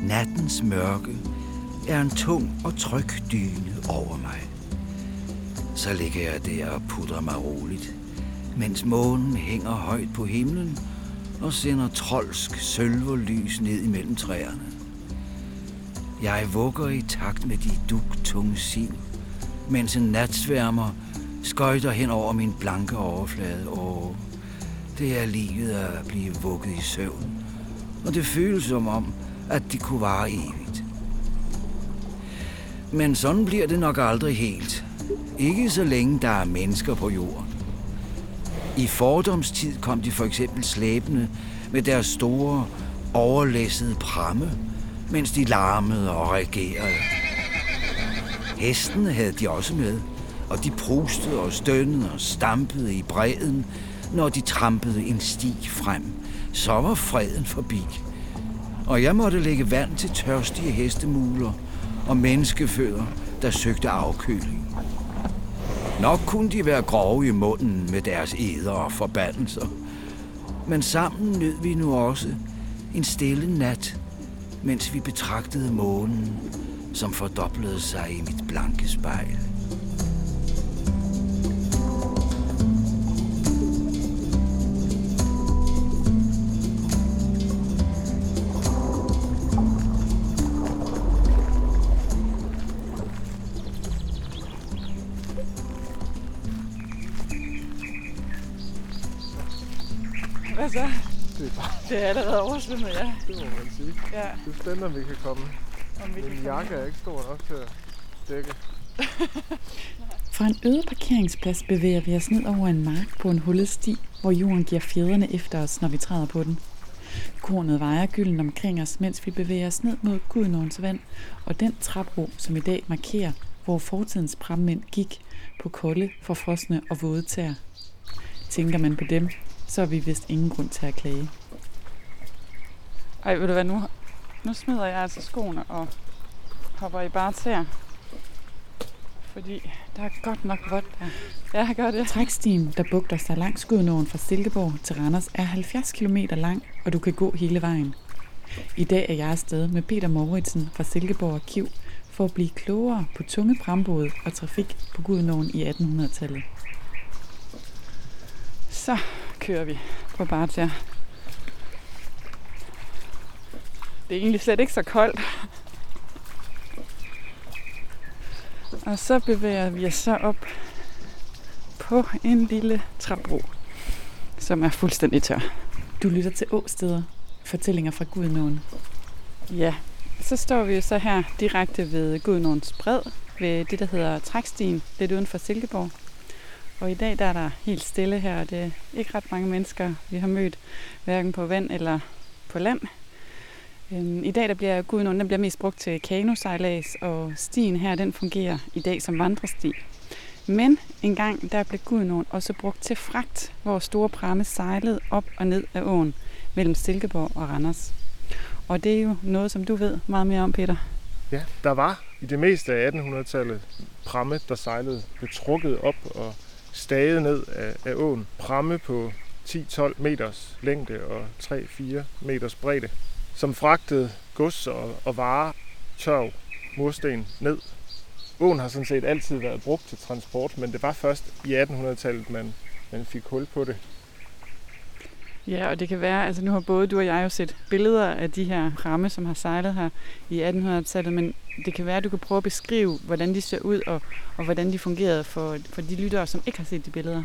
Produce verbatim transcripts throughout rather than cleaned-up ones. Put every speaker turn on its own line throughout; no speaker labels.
Nattens mørke er en tung og tryg dyne over mig. Så ligger jeg der og putter mig roligt, mens månen hænger højt på himlen og sender trolsk sølverlys ned imellem træerne. Jeg vugger i takt med de dugtunge siv, mens en natsværmer skøjter hen over min blanke overflade. Åh, det er livet at blive vugget i søvn, og det føles som om, at det kunne vare evigt. Men sådan bliver det nok aldrig helt. Ikke så længe der er mennesker på jorden. I fordomstid kom de for eksempel slæbende med deres store, overlæssede pramme, mens de larmede og reagerede. Hestene havde de også med, og de prustede og stønnede og stampede i bredden, når de trampede en sti frem. Så var freden forbi, og jeg måtte lægge vand til tørstige hestemuler og menneskefødder, der søgte afkøling. Nok kunne de være grove i munden med deres eder og forbandelser, men sammen nød vi nu også en stille nat, mens vi betragtede månen, som fordoblede sig i mit blanke spejl.
Hvad så?
Det er, bare...
det er allerede oversvømmet, ja.
Det må man sige.
Ja.
Det er spændende, om vi kan komme.
Om vi
Min
kan
jakke
komme.
er ikke stor nok til at dække.
Fra en øde parkeringsplads bevæger vi os ned over en mark på en hullet sti, hvor jorden giver fjederne efter os, når vi træder på den. Kornet vejer gylden omkring os, mens vi bevæger os ned mod Gudenåens vand og den trapbro, som i dag markerer, hvor fortidens prammænd gik på kolde, forfrosne og våde tæer. Tænker man på dem, så er vi vist ingen grund til at klage.
Ej, ved du hvad, nu, nu smider jeg altså skoene og hopper i bare tæer. Fordi der er godt nok vådt der. Ja, jeg gør det.
Trækstien, der bugter sig langs Gudenåen fra Silkeborg til Randers, er halvfjerds kilometer lang, og du kan gå hele vejen. I dag er jeg afsted med Peter Mouritsen fra Silkeborg Arkiv for at blive klogere på tunge brambåde og trafik på Gudenåen i attenhundredetallet.
Så kører vi på bare tæer. Det er egentlig slet ikke så koldt. Og så bevæger vi os så op på en lille trapbro, som er fuldstændig tør.
Du lytter til Åsteder, fortællinger fra Gudenåen.
Ja, så står vi jo så her direkte ved Gudenåens bred, ved det, der hedder Trækstien, lidt uden for Silkeborg. Og i dag der er der helt stille her, og det er ikke ret mange mennesker, vi har mødt, hverken på vand eller på land. I dag der bliver Gudenåen den bliver mest brugt til kanosejlads, og stien her den fungerer i dag som vandresti. Men engang der blev Gudenåen også brugt til fragt, hvor store pramme sejlede op og ned af åen mellem Silkeborg og Randers. Og det er jo noget, som du ved meget mere om, Peter.
Ja, der var i det meste af attenhundredetallet pramme, der sejlede, blev trukket op og staget ned af, af åen. Pramme på ti til tolv meters længde og tre til fire meters bredde, som fragtede gods og, og varer, tørv, mursten ned. Åen har sådan set altid været brugt til transport, men det var først i attenhundredetallet, man, man fik hul på det.
Ja, og det kan være, altså nu har både du og jeg jo set billeder af de her pramme, som har sejlet her i attenhundredetallet, men det kan være, at du kan prøve at beskrive, hvordan de ser ud, og, og hvordan de fungerede for, for de lyttere, som ikke har set de billeder.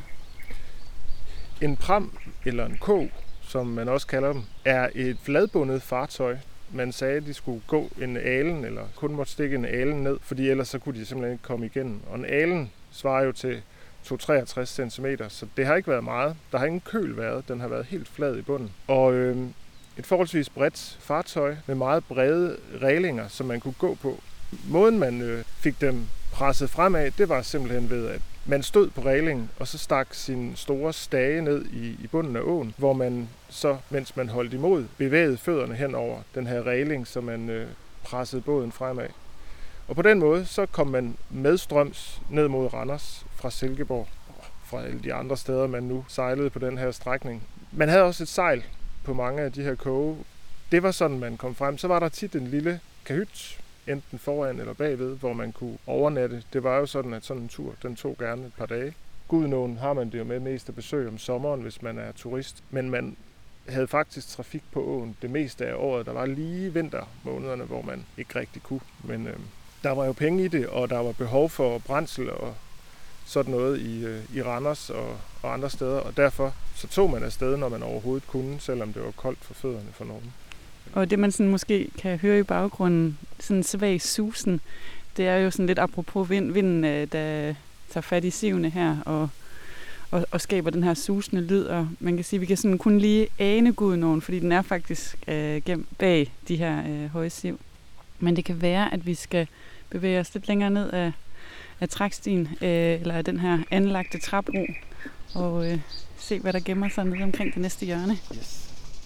En pram, eller en kog, som man også kalder dem, er et fladbundet fartøj. Man sagde, at de skulle gå en alen, eller kun måtte stikke en alen ned, fordi ellers så kunne de simpelthen ikke komme igennem. Og en alen svarer jo til to komma treogtres centimeter, så det har ikke været meget. Der har ingen køl været, den har været helt flad i bunden. Og øh, et forholdsvis bredt fartøj med meget brede rælinger, som man kunne gå på. Måden man øh, fik dem presset fremad, det var simpelthen ved, at man stod på rælingen, og så stak sin store stage ned i, i bunden af åen, hvor man så, mens man holdt imod, bevægede fødderne hen over den her ræling, så man øh, pressede båden fremad. Og på den måde, så kom man medstrøms ned mod Randers fra Silkeborg, fra alle de andre steder, man nu sejlede på den her strækning. Man havde også et sejl på mange af de her koge, det var sådan, man kom frem. Så var der tit en lille kahyt, enten foran eller bagved, hvor man kunne overnatte. Det var jo sådan, at sådan en tur, den tog gerne et par dage. Gudenåen har man det jo med mest at besøge om sommeren, hvis man er turist. Men man havde faktisk trafik på åen det meste af året. Der var lige vintermånederne, hvor man ikke rigtig kunne. Men øh, der var jo penge i det, og der var behov for brændsel og sådan noget i, øh, i Randers og, og andre steder. Og derfor så tog man afsted, når man overhovedet kunne, selvom det var koldt for fødderne for nogen.
Og det, man sådan måske kan høre i baggrunden, sådan en svag susen, det er jo sådan lidt apropos vind, vinden, der tager fat i sivene her og, og, og skaber den her susende lyd. Og man kan sige, at vi kan sådan kun lige ane Gudenåen, fordi den er faktisk øh, gemt bag de her øh, høje siv. Men det kan være, at vi skal bevæge os lidt længere ned af, af trækstien, øh, eller af den her anlagte trapbro, og øh, se, hvad der gemmer sig nede omkring det næste hjørne.
Yes.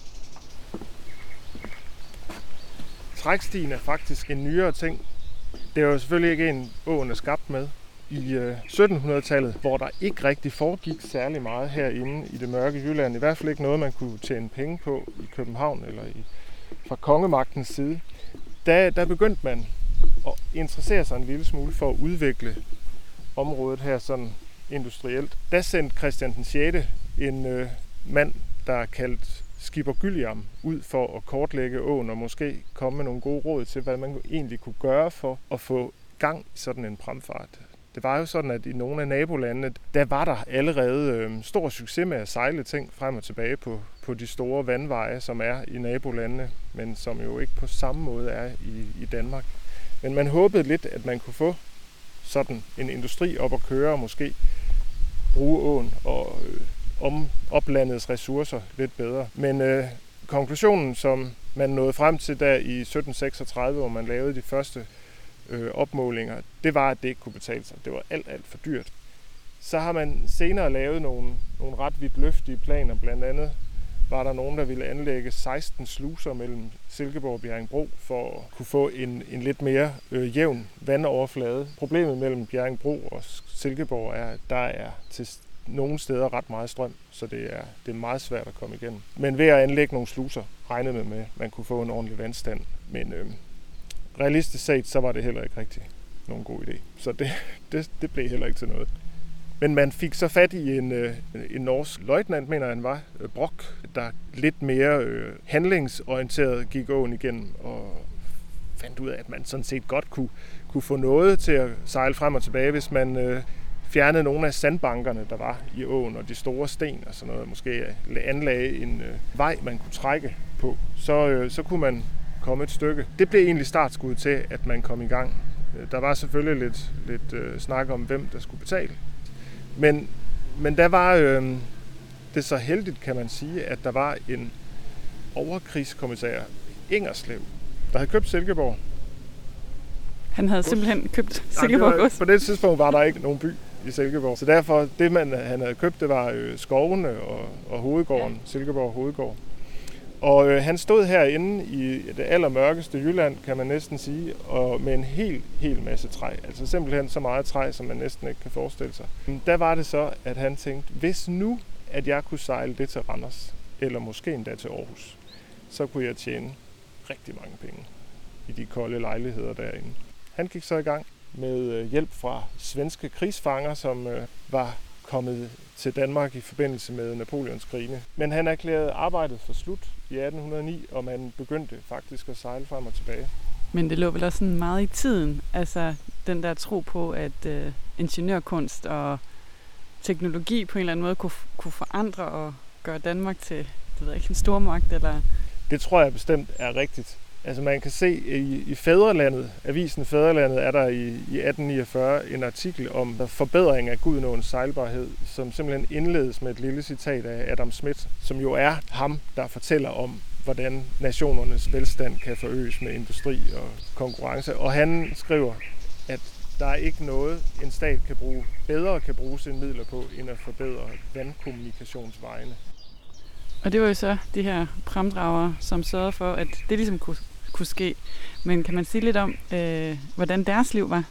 Trækstien er faktisk en nyere ting. Det er jo selvfølgelig ikke en, åen er skabt med. I øh, syttenhundredetallet, hvor der ikke rigtig foregik særlig meget herinde i det mørke Jylland, i hvert fald ikke noget, man kunne tjene penge på i København eller i, fra kongemagtens side, der, der begyndte man at interessere sig en lille smule for at udvikle området her sådan industrielt. Der sendte Christian den sjette en øh, mand, der er kaldt Skipper Gylliam, ud for at kortlægge åen og måske komme med nogle gode råd til, hvad man egentlig kunne gøre for at få gang i sådan en pramfart. Det var jo sådan, at i nogle af nabolandene, der var der allerede øh, stor succes med at sejle ting frem og tilbage på, på de store vandveje, som er i nabolandene, men som jo ikke på samme måde er i, i Danmark. Men man håbede lidt, at man kunne få sådan en industri op at køre og måske bruge åen og øh, om oplandets ressourcer lidt bedre. Men øh, konklusionen, som man nåede frem til der i sytten seksogtredive, hvor man lavede de første øh, opmålinger, det var, at det ikke kunne betale sig. Det var alt, alt for dyrt. Så har man senere lavet nogle, nogle ret vidtløftige planer. Blandt andet var der nogen, der ville anlægge seksten sluser mellem Silkeborg og Bjerringbro for at kunne få en, en lidt mere øh, jævn vandoverflade. Problemet mellem Bjerringbro og Silkeborg er, at der er til nogle steder ret meget strøm, så det er, det er meget svært at komme igennem. Men ved at anlægge nogle sluser, regnede man med, at man kunne få en ordentlig vandstand. Men øh, realistisk set, så var det heller ikke rigtig nogen god idé. Så det, det, det blev heller ikke til noget. Men man fik så fat i en, øh, en norsk løjtnant, mener han var, øh, Brock, der lidt mere øh, handlingsorienteret gik åen igennem og fandt ud af, at man sådan set godt kunne, kunne få noget til at sejle frem og tilbage, hvis man øh, fjernede nogle af sandbankerne, der var i åen, og de store sten og sådan noget. Måske anlagde en øh, vej, man kunne trække på. Så, øh, så kunne man komme et stykke. Det blev egentlig startskud til, at man kom i gang. Der var selvfølgelig lidt, lidt øh, snak om, hvem der skulle betale. Men, men der var øh, det så heldigt, kan man sige, at der var en overkrigskommissær, Ingerslev, der havde købt Silkeborg.
Han havde simpelthen købt Silkeborg gods.
På det tidspunkt var der ikke nogen by i Silkeborg. Så derfor, det man, han havde købt, det var øh, skovene og, og hovedgården, ja. Silkeborg hovedgård. Og øh, han stod herinde i det allermørkeste Jylland, kan man næsten sige, og med en hel, hel masse træ. Altså simpelthen så meget træ, som man næsten ikke kan forestille sig. Der var det så, at han tænkte, hvis nu, at jeg kunne sejle det til Randers, eller måske endda til Aarhus, så kunne jeg tjene rigtig mange penge i de kolde lejligheder derinde. Han gik så i gang med hjælp fra svenske krigsfanger, som øh, var kommet til Danmark i forbindelse med Napoleonskrigene. Men han erklærede arbejdet for slut i atten hundrede og ni, og man begyndte faktisk at sejle frem og tilbage.
Men det lå vel også sådan meget i tiden, altså den der tro på, at øh, ingeniørkunst og teknologi på en eller anden måde kunne, kunne forandre og gøre Danmark til, det ved jeg ikke, en stormagt, eller?
Det tror jeg bestemt er rigtigt. Altså man kan se i, i Fædrelandet, avisen Fædrelandet, er der i, i atten niogfyrre en artikel om forbedring af Gudenåens sejlbarhed, som simpelthen indledes med et lille citat af Adam Smith, som jo er ham, der fortæller om, hvordan nationernes velstand kan forøges med industri og konkurrence. Og han skriver, at der er ikke noget, en stat kan bruge bedre kan bruge sine midler på, end at forbedre vandkommunikationsvejene.
Og det var jo så de her pramdrager, som sørgede for, at det ligesom kunne, kunne ske. Men kan man sige lidt om, øh, hvordan deres liv var?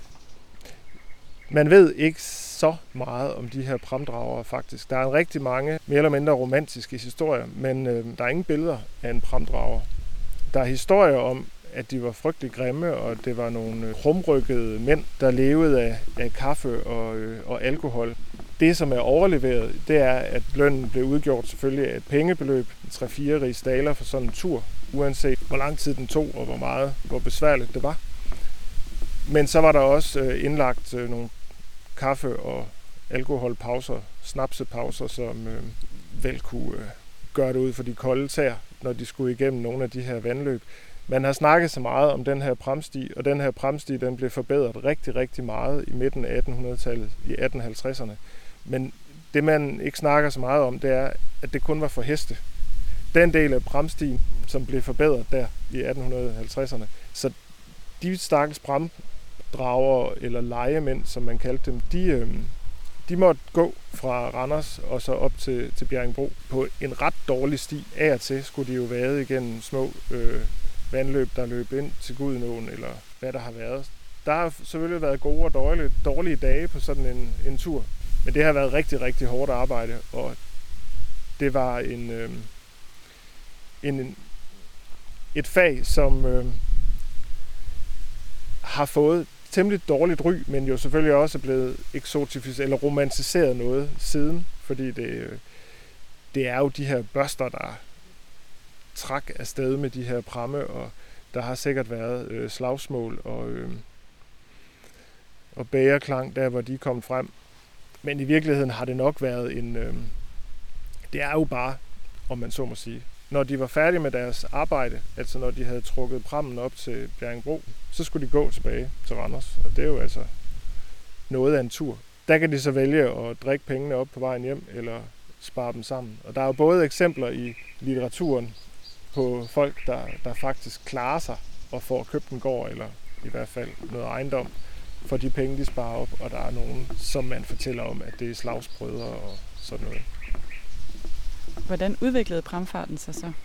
Man ved ikke så meget om de her pramdrager faktisk. Der er en rigtig mange mere eller mindre romantiske historier, men øh, der er ingen billeder af en pramdrager. Der er historier om, at de var frygtelig grimme, og det var nogle krumrykkede mænd, der levede af, af kaffe og, øh, og alkohol. Det, som er overleveret, det er, at lønnen blev udgjort selvfølgelig af et pengebeløb, tre-fire rigsdaler for sådan en tur, uanset hvor lang tid den tog, og hvor meget, hvor besværligt det var. Men så var der også øh, indlagt øh, nogle kaffe- og alkoholpauser, snapsepauser, som øh, vel kunne øh, gøre det ud for de kolde tæer, når de skulle igennem nogle af de her vandløb. Man har snakket så meget om den her pramsti, og den her pramsti, den blev forbedret rigtig, rigtig meget i midten af attenhundredetallet, i atten halvtredserne. Men det, man ikke snakker så meget om, det er, at det kun var for heste. Den del af pramstien, som blev forbedret der i atten halvtredserne. Så de stakkels pramdrager, eller legemænd, som man kaldte dem, de, øh, de måtte gå fra Randers og så op til, til Bjerringbro på en ret dårlig sti. Af og til skulle de jo vade igennem små øh, vandløb, der løb ind til Gudenåen, eller hvad der har været. Der har selvfølgelig været gode og dårlige, dårlige dage på sådan en, en tur, men det har været rigtig, rigtig hårdt arbejde, og det var en, øh, en, et fag, som øh, har fået temmelig dårligt ry, men jo selvfølgelig også er blevet eksotificeret eller romantiseret noget siden, fordi det, det er jo de her børster, der trak afsted med de her pramme, og der har sikkert været øh, slagsmål og, øh, og bægerklang der, hvor de kom frem. Men i virkeligheden har det nok været en... Øh, det er jo bare, om man så må sige, når de var færdige med deres arbejde, altså når de havde trukket prammen op til Bjerringbro, så skulle de gå tilbage til Randers, og det er jo altså noget af en tur. Der kan de så vælge at drikke pengene op på vejen hjem, eller spare dem sammen. Og der er jo både eksempler i litteraturen på folk, der, der faktisk klarer sig og får købt en gård, eller i hvert fald noget ejendom, for de penge, de sparer op, og der er nogen, som man fortæller om, at det er slagsbrødre og sådan noget.
Hvordan udviklede pramfarten sig så?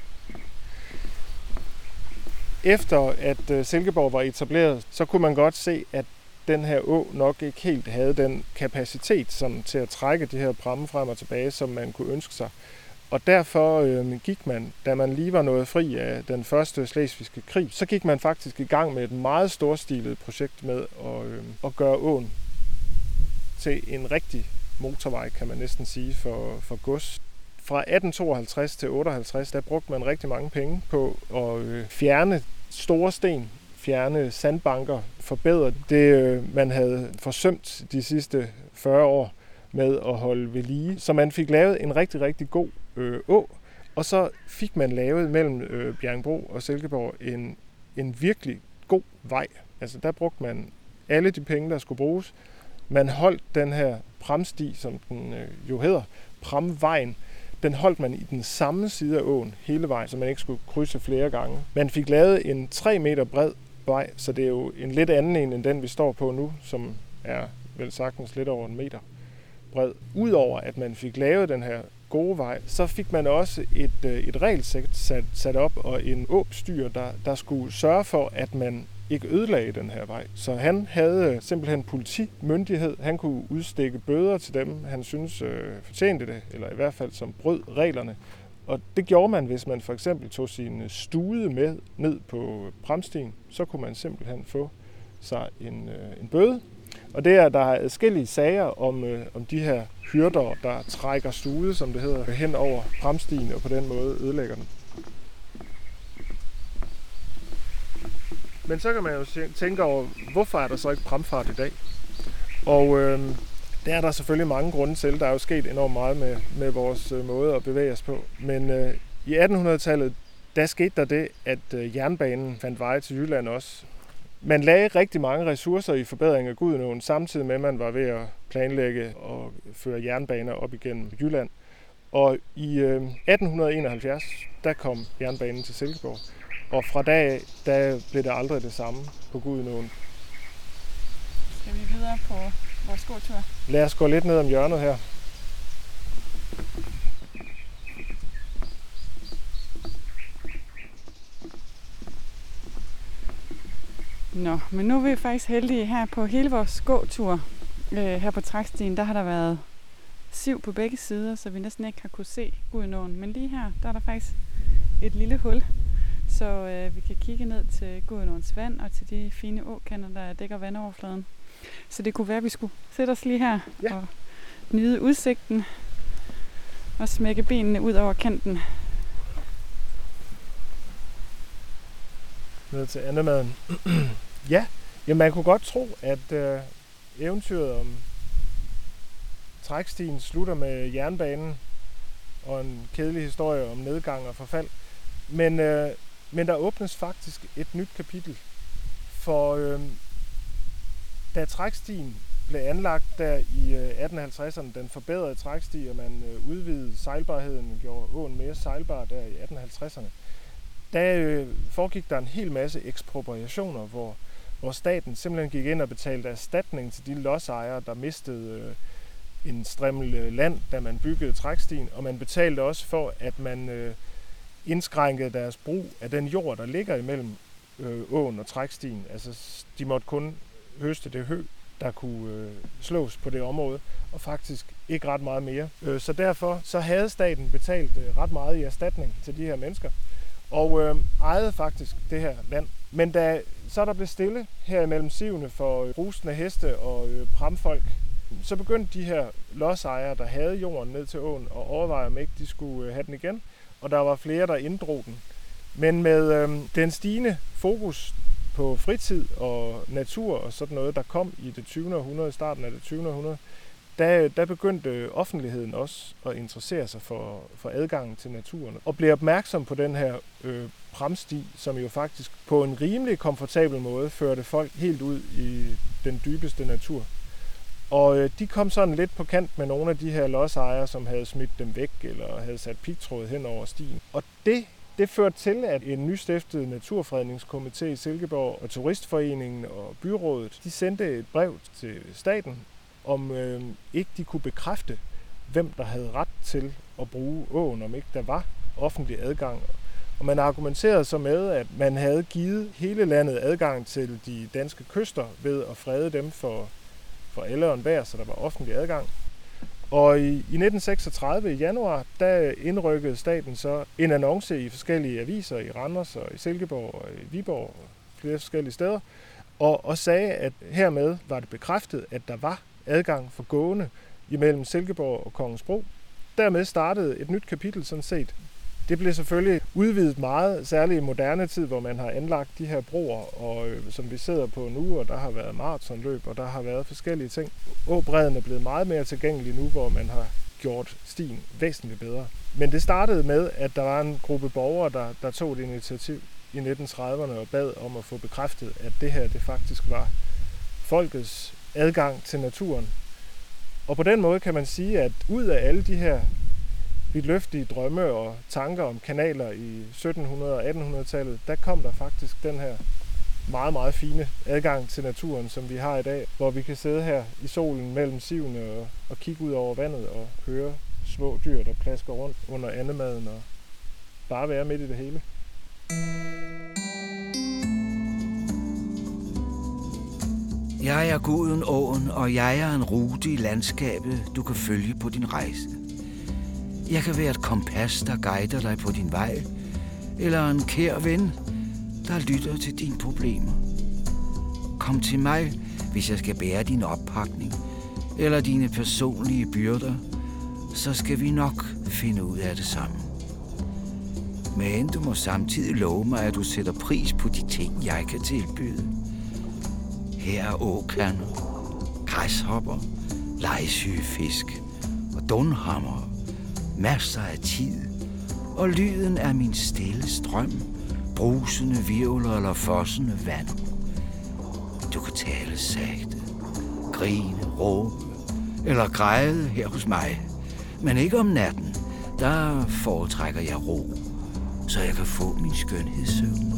Efter at Silkeborg var etableret, så kunne man godt se, at den her å nok ikke helt havde den kapacitet som, til at trække de her pramme frem og tilbage, som man kunne ønske sig. Og derfor øh, gik man, da man lige var nået fri af den første slesvigske krig, så gik man faktisk i gang med et meget storstilet projekt med at, øh, at gøre åen til en rigtig motorvej, kan man næsten sige, for, for gods. Fra atten tooghalvtreds til otteoghalvtreds, der brugte man rigtig mange penge på at øh, fjerne store sten, fjerne sandbanker, forbedre det, øh, man havde forsømt de sidste fyrre år med at holde ved lige. Så man fik lavet en rigtig, rigtig god øh, å, og så fik man lavet mellem øh, Bjerringbro og Silkeborg en, en virkelig god vej. Altså der brugte man alle de penge, der skulle bruges. Man holdt den her pramsti, som den øh, jo hedder, Pramvejen. Den holdt man i den samme side af åen hele vejen, så man ikke skulle krydse flere gange. Man fik lavet en tre meter bred vej, så det er jo en lidt anden en end den, vi står på nu, som er vel sagtens lidt over en meter bred. Udover at man fik lavet den her gode vej, så fik man også et, et regelsæt sat, sat op og en åbestyr, der, der skulle sørge for, at man ikke ødelagde den her vej. Så han havde simpelthen politimyndighed. Han kunne udstikke bøder til dem, han synes øh, fortjente det, eller i hvert fald som brød reglerne. Og det gjorde man, hvis man for eksempel tog sin stude med ned på pramstien, så kunne man simpelthen få sig en, øh, en bøde. Og det er, der er adskillige sager om, øh, om de her hyrder, der trækker stude, som det hedder, hen over pramstien og på den måde ødelægger den. Men så kan man jo tænke over, hvorfor er der så ikke pramfart i dag? Og øh, der er der selvfølgelig mange grunde til. Der er jo sket enormt meget med, med vores øh, måde at bevæge os på. Men øh, i attenhundredetallet, der skete der det, at øh, jernbanen fandt vej til Jylland også. Man lagde rigtig mange ressourcer i forbedring af Gudenåen, samtidig med, at man var ved at planlægge og føre jernbaner op igennem Jylland. Og i øh, atten enoghalvfjerds, der kom jernbanen til Silkeborg. Og fra dag af, der blev det aldrig det samme på Gudenåen.
Skal vi videre på vores gåtur?
Lad os gå lidt ned om hjørnet her.
Nå, men nu er vi faktisk heldige her på hele vores gåtur. Øh, her på Trækstien, der har der været siv på begge sider, så vi næsten ikke har kunne se Gudenåen. Men lige her, der er der faktisk et lille hul. så øh, vi kan kigge ned til Gudenåens vand og til de fine åkander, der dækker vandoverfladen. Så det kunne være, at vi skulle sætte os lige her
ja.
og nyde udsigten og smække benene ud over kanten.
Ned til andemaden. Ja, jamen man kunne godt tro, at øh, eventyret om trækstien slutter med jernbanen og en kedelig historie om nedgang og forfald. Men, øh, men der åbnes faktisk et nyt kapitel. For øh, da trækstien blev anlagt der i atten halvtredserne, den forbedrede træksti, og man øh, udvidede sejlbarheden, gjorde åen mere sejlbar der i atten halvtredserne, der øh, foregik der en hel masse ekspropriationer, hvor, hvor staten simpelthen gik ind og betalte erstatning til de lodsejere, der mistede øh, en strimmel land, da man byggede trækstien, og man betalte også for, at man øh, indskrænkede deres brug af den jord, der ligger imellem øh, åen og trækstien. Altså, de måtte kun høste det hø, der kunne øh, slås på det område, og faktisk ikke ret meget mere. Øh, så derfor så havde staten betalt øh, ret meget i erstatning til de her mennesker, og øh, ejede faktisk det her land. Men da så der blev stille her imellem sivene for øh, rusende heste og øh, pramfolk, så begyndte de her lodsejere, der havde jorden ned til åen, at overveje, om ikke de skulle øh, have den igen, og der var flere, der inddrog den. Men med øh, den stigende fokus på fritid og natur og sådan noget, der kom i det tyvende århundrede, starten af det tyvende århundrede, der, der begyndte offentligheden også at interessere sig for, for adgangen til naturen, og blev opmærksom på den her øh, pramsti, som jo faktisk på en rimelig komfortabel måde førte folk helt ud i den dybeste natur. Og øh, de kom sådan lidt på kant med nogle af de her lodsejere, som havde smidt dem væk, eller havde sat pigtråd hen over stien. Og det Det førte til, at en nystiftet naturfredningskomité i Silkeborg og Turistforeningen og byrådet, de sendte et brev til staten, om øh, ikke de kunne bekræfte, hvem der havde ret til at bruge åen, om ikke der var offentlig adgang. Og man argumenterede så med, at man havde givet hele landet adgang til de danske kyster ved at frede dem for, for alle og enhver, så der var offentlig adgang. Og i, i nitten seksogtredive i januar, der indrykkede staten så en annonce i forskellige aviser i Randers og i Silkeborg og i Viborg og flere forskellige steder, og, og sagde, at hermed var det bekræftet, at der var adgang for gående imellem Silkeborg og Kongensbro. Dermed startede et nyt kapitel sådan set. Det blev selvfølgelig udvidet meget, særligt i moderne tid, hvor man har anlagt de her broer, og øh, som vi sidder på nu, og der har været maratonløb, og der har været forskellige ting. Åbredden er blevet meget mere tilgængelig nu, hvor man har gjort stien væsentligt bedre. Men det startede med, at der var en gruppe borgere, der, der tog et initiativ i nitten trediverne og bad om at få bekræftet, at det her det faktisk var folkets adgang til naturen. Og på den måde kan man sige, at ud af alle de her vidtløftige drømme og tanker om kanaler i syttenhundrede- og attenhundrede-tallet, der kom der faktisk den her meget, meget fine adgang til naturen, som vi har i dag, hvor vi kan sidde her i solen mellem sivene og, og kigge ud over vandet og høre små dyr, der plasker rundt under andemaden og bare være midt i det hele.
Jeg er guden åen, og jeg er en rute i landskabet, du kan følge på din rejse. Jeg kan være et kompas, der guider dig på din vej, eller en kær ven, der lytter til dine problemer. Kom til mig, hvis jeg skal bære din oppakning, eller dine personlige byrder, så skal vi nok finde ud af det sammen. Men du må samtidig love mig, at du sætter pris på de ting, jeg kan tilbyde. Her er åkander, græshopper, legesyge fisk og dunhammer. Masser af tid, og lyden af min stille strøm, brusende virvler eller fossende vand. Du kan tale sagte, grine, råbe eller græde her hos mig, men ikke om natten. Der foretrækker jeg ro, så jeg kan få min skønhedssøvn.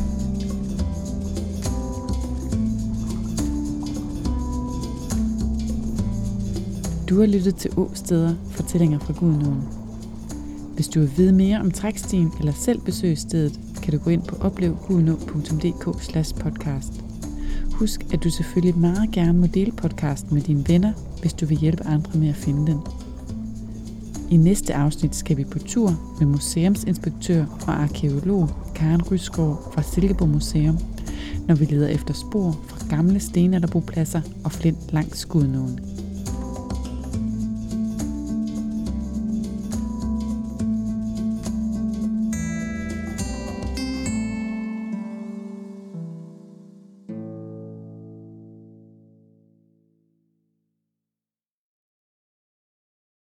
Du har lyttet til Åsteder, fortællinger fra Gudenåen. Hvis du vil vide mere om trækstien eller selv besøge stedet, kan du gå ind på oplev gudenå punktum d k slash podcast. Husk, at du selvfølgelig meget gerne må dele podcasten med dine venner, hvis du vil hjælpe andre med at finde den. I næste afsnit skal vi på tur med museumsinspektør og arkæolog Karen Rysgaard fra Silkeborg Museum, når vi leder efter spor fra gamle stenalderbopladser og flint langs Gudenåen.